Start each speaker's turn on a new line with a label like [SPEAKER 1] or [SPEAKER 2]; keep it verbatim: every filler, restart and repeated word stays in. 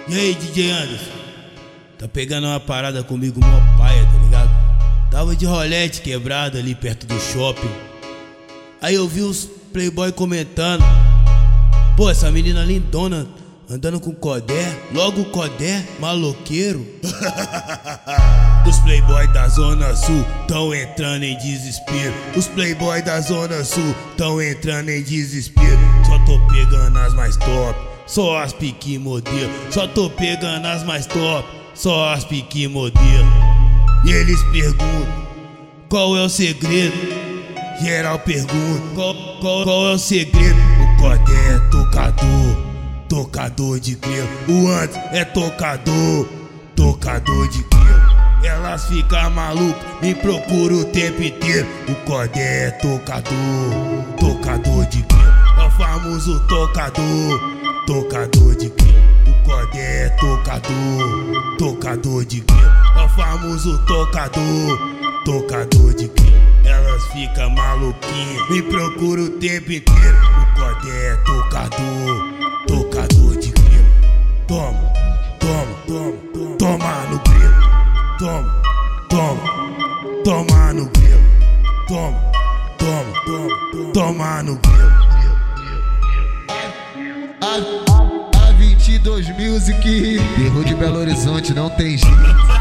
[SPEAKER 1] E aí, D J Anderson? Tá pegando uma parada comigo, mó paia, tá ligado? Tava de rolete quebrado ali perto do shopping. Aí eu vi os playboy comentando: pô, essa menina lindona andando com Codé, logo Codé, maloqueiro. Os playboy da Zona Sul tão entrando em desespero. Os playboy da Zona Sul tão entrando em desespero. Só tô pegando as mais top, só as pique modelo. Só tô pegando as mais top, só as pique modelo. E eles perguntam: qual é o segredo? Geral pergunta: qual, qual, qual é o segredo? O Codé é tocador, tocador de grelo. O antes é tocador, tocador de grelo. Elas ficam malucas, me procuram o tempo inteiro. O Codé é tocador, tocador de grelo. É o famoso tocador, tocador de grelo. O Codé é tocador, tocador de grelo. É o famoso tocador, tocador de grelo. Elas ficam maluquinhas, me procuram o tempo inteiro. O Codé é tocador, tocador de grelo. Toma, toma, toma, toma, toma no grelo. Toma, toma, toma no grelo. Toma, toma, toma, toma no grelo.
[SPEAKER 2] A, a, a vinte e dois Music, erro de Belo Horizonte, não tem jeito.